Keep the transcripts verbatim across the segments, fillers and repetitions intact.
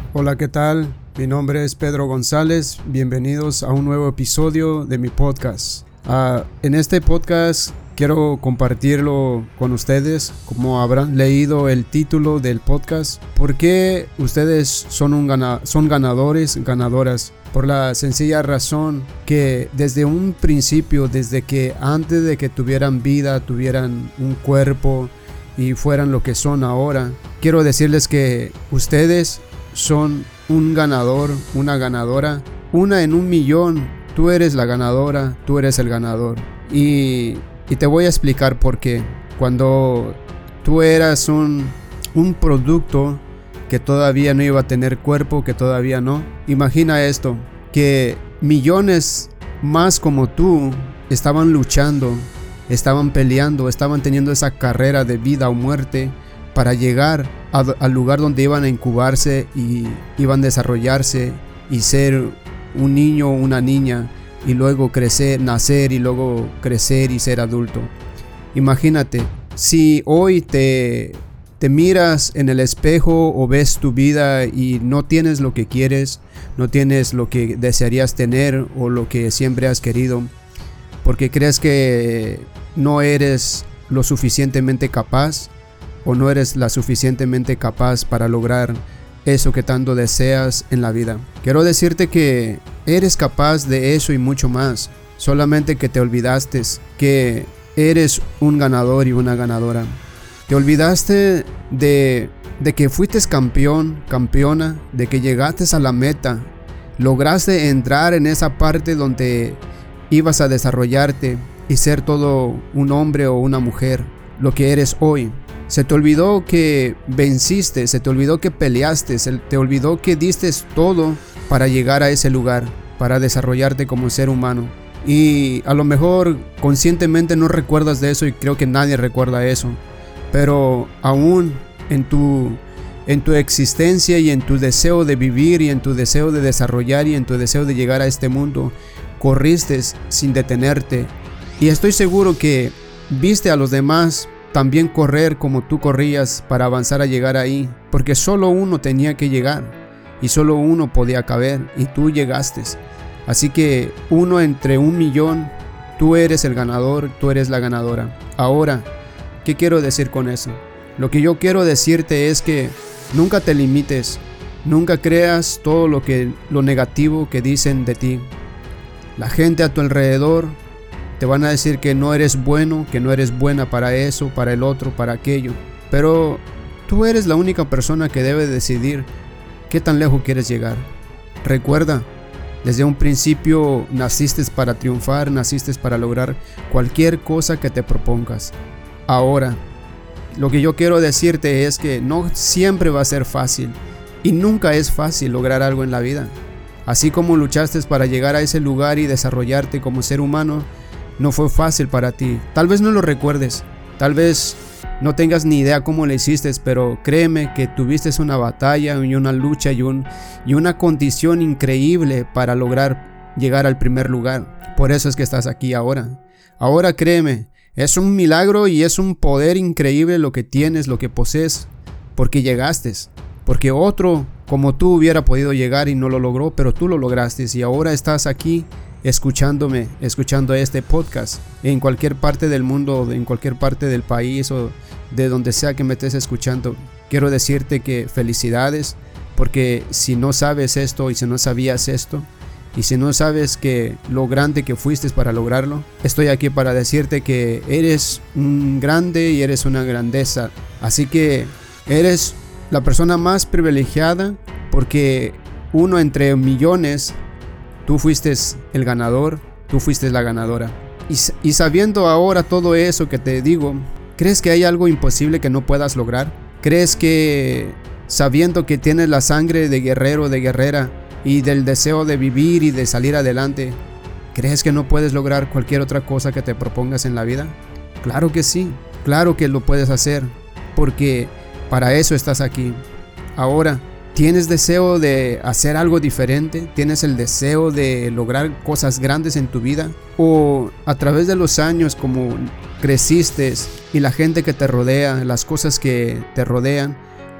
Hola, ¿qué tal? Mi nombre es Pedro González. Bienvenidos a un nuevo episodio de mi podcast. Uh, en este podcast quiero compartirlo con ustedes. Como habrán leído el título del podcast, ¿por qué ustedes son, un gana- son ganadores, ganadoras? Por la sencilla razón que desde un principio, desde que antes de que tuvieran vida, tuvieran un cuerpo y fueran lo que son ahora, quiero decirles que ustedes son un ganador, una ganadora, una en un millón. Tú eres la ganadora, tú eres el ganador. Y, y te voy a explicar por qué. Cuando tú eras un, un producto que todavía no iba a tener cuerpo, que todavía no, imagina esto, que millones más como tú estaban luchando, estaban peleando, estaban teniendo esa carrera de vida o muerte para llegar a, al lugar donde iban a incubarse y iban a desarrollarse y ser un niño o una niña y luego crecer, nacer y luego crecer y ser adulto. Imagínate, si hoy te, te miras en el espejo o ves tu vida y no tienes lo que quieres, no tienes lo que desearías tener o lo que siempre has querido, porque crees que no eres lo suficientemente capaz, o no eres la suficientemente capaz para lograr eso que tanto deseas en la vida. Quiero decirte que eres capaz de eso y mucho más, solamente que te olvidaste que eres un ganador y una ganadora. Te olvidaste de, de que fuiste campeón, campeona, de que llegaste a la meta, lograste entrar en esa parte donde ibas a desarrollarte y ser todo un hombre o una mujer, lo que eres hoy. Se te olvidó que venciste, se te olvidó que peleaste, se te olvidó que diste todo para llegar a ese lugar, para desarrollarte como ser humano. Y a lo mejor conscientemente no recuerdas de eso y creo que nadie recuerda eso. Pero aún en tu, en tu existencia y en tu deseo de vivir y en tu deseo de desarrollar y en tu deseo de llegar a este mundo, corriste sin detenerte. Y estoy seguro que viste a los demás también correr como tú corrías para avanzar a llegar ahí, porque solo uno tenía que llegar y solo uno podía caber y tú llegaste. Así que uno entre un millón, tú eres el ganador, tú eres la ganadora. Ahora, ¿qué quiero decir con eso? Lo que yo quiero decirte es que nunca te limites, nunca creas todo lo que lo negativo que dicen de ti. La gente a tu alrededor te van a decir que no eres bueno, que no eres buena para eso, para el otro, para aquello. Pero tú eres la única persona que debe decidir qué tan lejos quieres llegar. Recuerda, desde un principio naciste para triunfar, naciste para lograr cualquier cosa que te propongas. Ahora, lo que yo quiero decirte es que no siempre va a ser fácil y nunca es fácil lograr algo en la vida. Así como luchaste para llegar a ese lugar y desarrollarte como ser humano, no fue fácil para ti. Tal vez no lo recuerdes, tal vez no tengas ni idea cómo lo hiciste, pero créeme que tuviste una batalla y una lucha y, un, y una condición increíble para lograr llegar al primer lugar. Por eso es que estás aquí ahora. Ahora créeme, es un milagro y es un poder increíble lo que tienes, lo que posees, porque llegaste. Porque otro como tú hubiera podido llegar y no lo logró, pero tú lo lograste y ahora estás aquí escuchándome, escuchando este podcast en cualquier parte del mundo, en cualquier parte del país o de donde sea que me estés escuchando. Quiero decirte que felicidades, porque si no sabes esto y si no sabías esto y si no sabes que lo grande que fuiste para lograrlo, estoy aquí para decirte que eres un grande y eres una grandeza. Así que eres la persona más privilegiada, porque uno entre millones, tú fuiste el ganador, tú fuiste la ganadora. Y, y sabiendo ahora todo eso que te digo, ¿crees que hay algo imposible que no puedas lograr? ¿Crees que sabiendo que tienes la sangre de guerrero, de guerrera y del deseo de vivir y de salir adelante, crees que no puedes lograr cualquier otra cosa que te propongas en la vida? Claro que sí, claro que lo puedes hacer, porque para eso estás aquí. Ahora, ¿tienes deseo de hacer algo diferente? ¿Tienes el deseo de lograr cosas grandes en tu vida? ¿O a través de los años, como creciste y la gente que te rodea, las cosas que te rodean,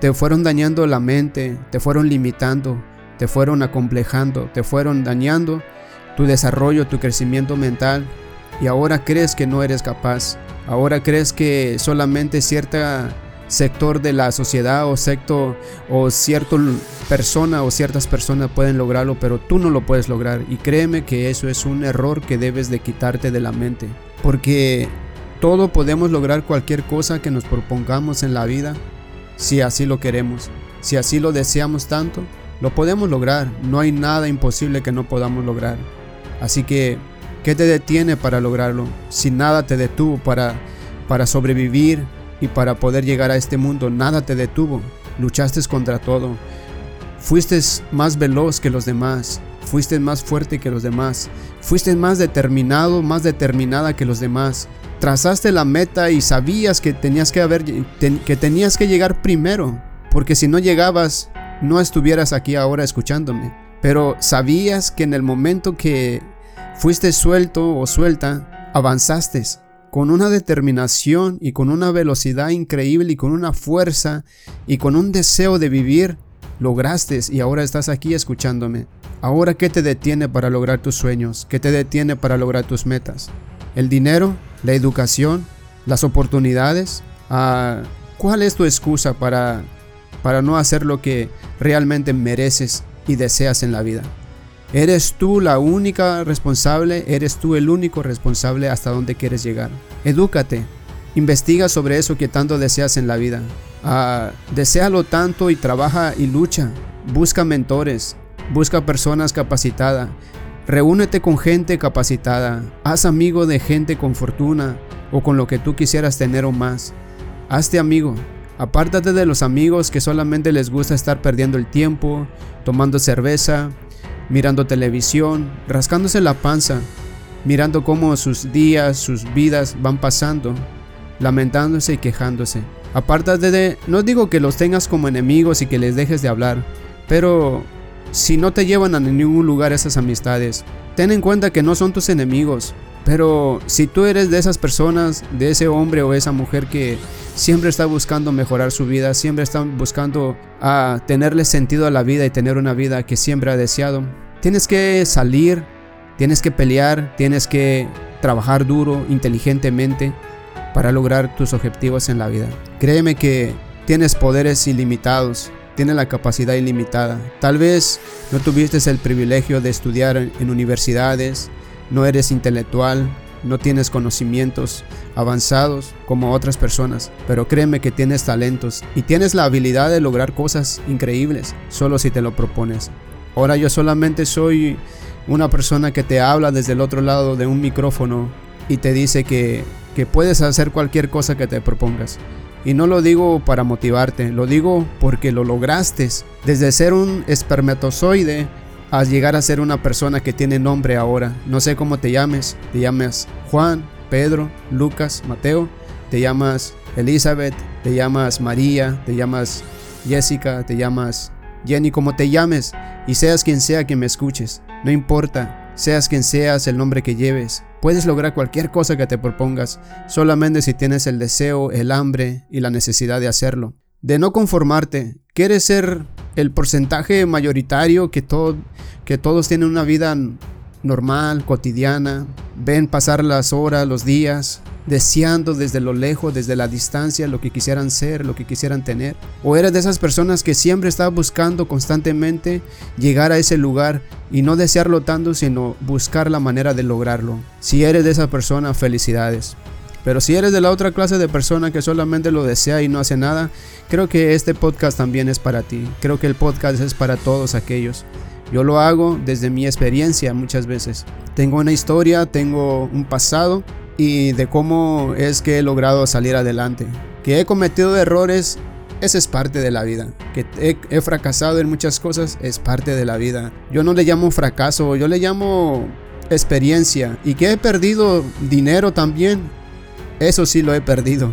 te fueron dañando la mente, te fueron limitando, te fueron acomplejando, te fueron dañando tu desarrollo, tu crecimiento mental, y ahora crees que no eres capaz. Ahora crees que solamente cierto sector de la sociedad o sector o cierta persona o ciertas personas pueden lograrlo, pero tú no lo puedes lograr. Y créeme que eso es un error que debes de quitarte de la mente, porque todo podemos lograr cualquier cosa que nos propongamos en la vida, si así lo queremos, si así lo deseamos tanto, lo podemos lograr. No hay nada imposible que no podamos lograr. Así que, ¿qué te detiene para lograrlo? Si nada te detuvo para, para sobrevivir y para poder llegar a este mundo, nada te detuvo. Luchaste contra todo. Fuiste más veloz que los demás. Fuiste más fuerte que los demás. Fuiste más determinado, más determinada que los demás. Trazaste la meta y sabías que tenías que, haber, ten, que tenías que llegar primero, porque si no llegabas, no estuvieras aquí ahora escuchándome. Pero sabías que en el momento que fuiste suelto o suelta, avanzaste con una determinación y con una velocidad increíble y con una fuerza y con un deseo de vivir. Lograste y ahora estás aquí escuchándome. Ahora, ¿qué te detiene para lograr tus sueños? ¿Qué te detiene para lograr tus metas? ¿El dinero? ¿La educación? ¿Las oportunidades? Ah, ¿cuál es tu excusa para, para no hacer lo que realmente mereces y deseas en la vida? ¿Eres tú la única responsable? ¿Eres tú el único responsable hasta dónde quieres llegar? Edúcate. Investiga sobre eso que tanto deseas en la vida. Ah, deséalo tanto y trabaja y lucha. Busca mentores. Busca personas capacitadas. Reúnete con gente capacitada. Haz amigo de gente con fortuna o con lo que tú quisieras tener o más. Hazte amigo. Apártate de los amigos que solamente les gusta estar perdiendo el tiempo, tomando cerveza, mirando televisión, rascándose la panza, mirando cómo sus días, sus vidas van pasando, lamentándose y quejándose. Apártate de... No digo que los tengas como enemigos y que les dejes de hablar, pero si no te llevan a ningún lugar esas amistades, ten en cuenta que no son tus enemigos. Pero si tú eres de esas personas, de ese hombre o esa mujer que siempre está buscando mejorar su vida, siempre está buscando a tenerle sentido a la vida y tener una vida que siempre ha deseado, tienes que salir, tienes que pelear, tienes que trabajar duro, inteligentemente para lograr tus objetivos en la vida. Créeme que tienes poderes ilimitados, tienes la capacidad ilimitada. Tal vez no tuviste el privilegio de estudiar en universidades, no eres intelectual, no tienes conocimientos avanzados como otras personas, pero créeme que tienes talentos y tienes la habilidad de lograr cosas increíbles, solo si te lo propones. Ahora yo solamente soy una persona que te habla desde el otro lado de un micrófono y te dice que, que puedes hacer cualquier cosa que te propongas. Y no lo digo para motivarte, lo digo porque lo lograste. Desde ser un espermatozoide a llegar a ser una persona que tiene nombre ahora. No sé cómo te llames, te llamas Juan, Pedro, Lucas, Mateo, te llamas Elizabeth, te llamas María, te llamas Jessica, te llamas Jenny, como te llames, y seas quien sea que me escuches, no importa, seas quien seas, el nombre que lleves, puedes lograr cualquier cosa que te propongas, solamente si tienes el deseo, el hambre y la necesidad de hacerlo. De no conformarte. ¿Quieres ser el porcentaje mayoritario que, todo, que todos tienen una vida normal, cotidiana? Ven pasar las horas, los días, deseando desde lo lejos, desde la distancia, lo que quisieran ser, lo que quisieran tener. ¿O eres de esas personas que siempre están buscando constantemente llegar a ese lugar y no desearlo tanto, sino buscar la manera de lograrlo? Si eres de esa persona, felicidades. Pero si eres de la otra clase de persona que solamente lo desea y no hace nada, creo que este podcast también es para ti. Creo que el podcast es para todos aquellos. Yo lo hago desde mi experiencia muchas veces. Tengo una historia, tengo un pasado y de cómo es que he logrado salir adelante. Que he cometido errores, esa es parte de la vida. Que he, he fracasado en muchas cosas, es parte de la vida. Yo no le llamo fracaso, yo le llamo experiencia. Y que he perdido dinero también. Eso sí lo he perdido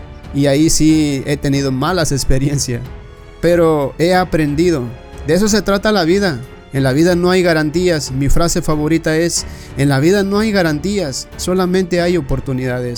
y ahí sí he tenido malas experiencias, pero he aprendido. De eso se trata la vida. En la vida no hay garantías. Mi frase favorita es: en la vida no hay garantías, solamente hay oportunidades.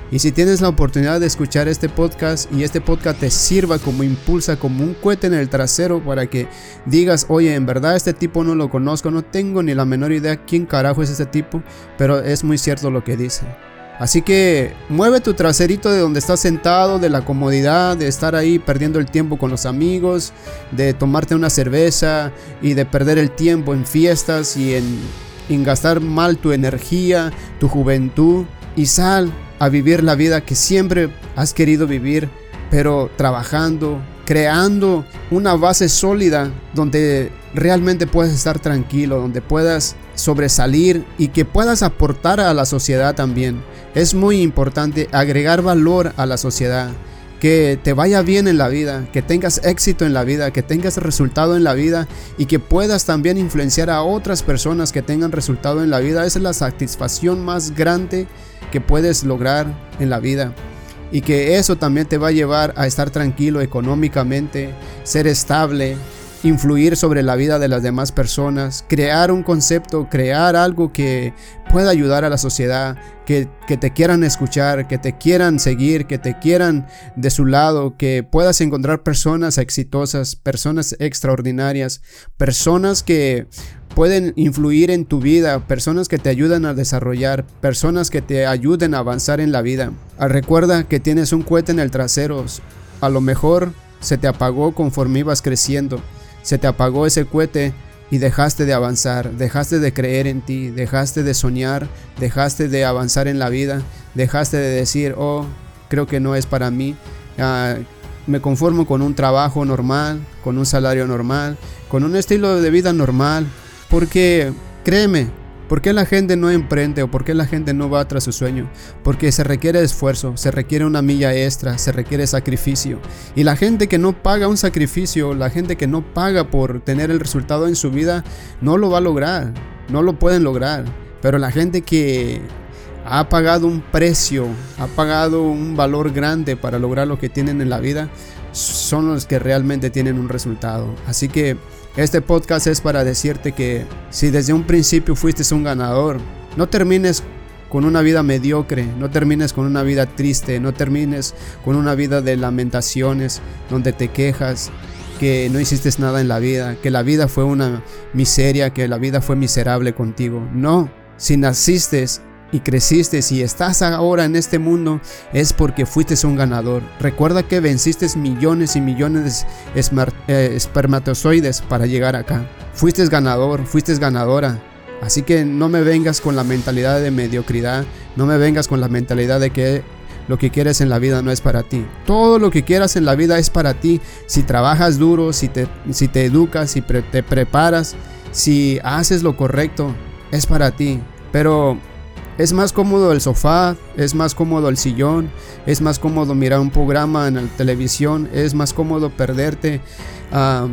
Y si tienes la oportunidad de escuchar este podcast y este podcast te sirva como impulsa, como un cohete en el trasero para que digas, oye, en verdad este tipo no lo conozco, no tengo ni la menor idea quién carajo es este tipo, pero es muy cierto lo que dice. Así que mueve tu traserito de donde estás sentado, de la comodidad, de estar ahí perdiendo el tiempo con los amigos, de tomarte una cerveza y de perder el tiempo en fiestas y en, en gastar mal tu energía, tu juventud, y sal a vivir la vida que siempre has querido vivir, pero trabajando, creando una base sólida donde realmente puedas estar tranquilo, donde puedas sobresalir y que puedas aportar a la sociedad también. Es muy importante agregar valor a la sociedad, que te vaya bien en la vida, que tengas éxito en la vida, que tengas resultado en la vida y que puedas también influenciar a otras personas que tengan resultado en la vida. Esa es la satisfacción más grande que puedes lograr en la vida, y que eso también te va a llevar a estar tranquilo económicamente, ser estable, influir sobre la vida de las demás personas, crear un concepto, crear algo que pueda ayudar a la sociedad, que, que te quieran escuchar, que te quieran seguir, que te quieran de su lado, que puedas encontrar personas exitosas, personas extraordinarias, personas que pueden influir en tu vida, personas que te ayudan a desarrollar, personas que te ayuden a avanzar en la vida. Recuerda que tienes un cohete en el trasero. A lo mejor se te apagó conforme ibas creciendo. Se te apagó ese cohete y dejaste de avanzar, dejaste de creer en ti, dejaste de soñar, dejaste de avanzar en la vida, dejaste de decir, oh, creo que no es para mí. Uh, me conformo con un trabajo normal, con un salario normal, con un estilo de vida normal. Porque, créeme, ¿por qué la gente no emprende o por qué la gente no va tras su sueño? Porque se requiere esfuerzo, se requiere una milla extra, se requiere sacrificio. Y la gente que no paga un sacrificio, la gente que no paga por tener el resultado en su vida, no lo va a lograr, no lo pueden lograr. Pero la gente que ha pagado un precio, ha pagado un valor grande para lograr lo que tienen en la vida, son los que realmente tienen un resultado. Así que este podcast es para decirte que si desde un principio fuiste un ganador, no termines con una vida mediocre, no termines con una vida triste, no termines con una vida de lamentaciones donde te quejas que no hiciste nada en la vida, que la vida fue una miseria, que la vida fue miserable contigo. No, si naciste y creciste y estás ahora en este mundo es porque fuiste un ganador. Recuerda que venciste millones y millones de esmer- eh, espermatozoides para llegar acá. Fuiste ganador, fuiste ganadora. Así que no me vengas con la mentalidad de mediocridad, no me vengas con la mentalidad de que lo que quieres en la vida no es para ti. Todo lo que quieras en la vida es para ti si trabajas duro, si te, si te educas, si pre- te preparas, si haces lo correcto, es para ti. Pero es más cómodo el sofá, es más cómodo el sillón, es más cómodo mirar un programa en la televisión, es más cómodo perderte uh,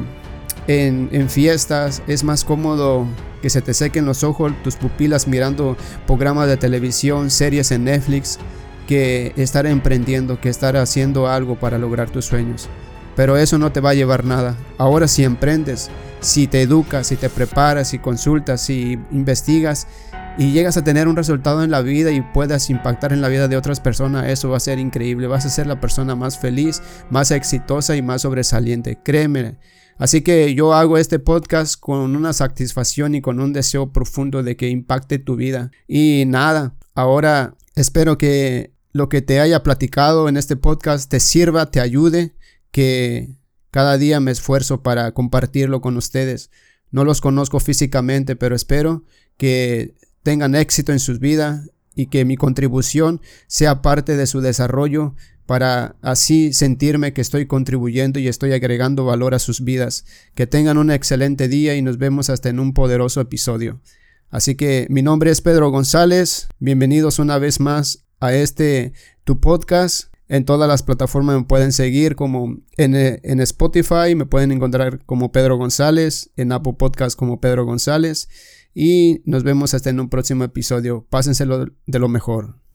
en, en fiestas, es más cómodo que se te sequen los ojos, tus pupilas mirando programas de televisión, series en Netflix, que estar emprendiendo, que estar haciendo algo para lograr tus sueños. Pero eso no te va a llevar nada. Ahora si emprendes, si te educas, si te preparas, si consultas, si investigas y llegas a tener un resultado en la vida y puedas impactar en la vida de otras personas, eso va a ser increíble. Vas a ser la persona más feliz, más exitosa y más sobresaliente. Créeme. Así que yo hago este podcast con una satisfacción y con un deseo profundo de que impacte tu vida. Y nada, ahora espero que lo que te haya platicado en este podcast te sirva, te ayude, que cada día me esfuerzo para compartirlo con ustedes. No los conozco físicamente, pero espero que tengan éxito en sus vidas y que mi contribución sea parte de su desarrollo para así sentirme que estoy contribuyendo y estoy agregando valor a sus vidas. Que tengan un excelente día y nos vemos hasta en un poderoso episodio. Así que mi nombre es Pedro González. Bienvenidos una vez más a este tu podcast. En todas las plataformas me pueden seguir como en, en Spotify, me pueden encontrar como Pedro González, en Apple Podcast como Pedro González. Y nos vemos hasta en un próximo episodio. Pásenselo de lo mejor.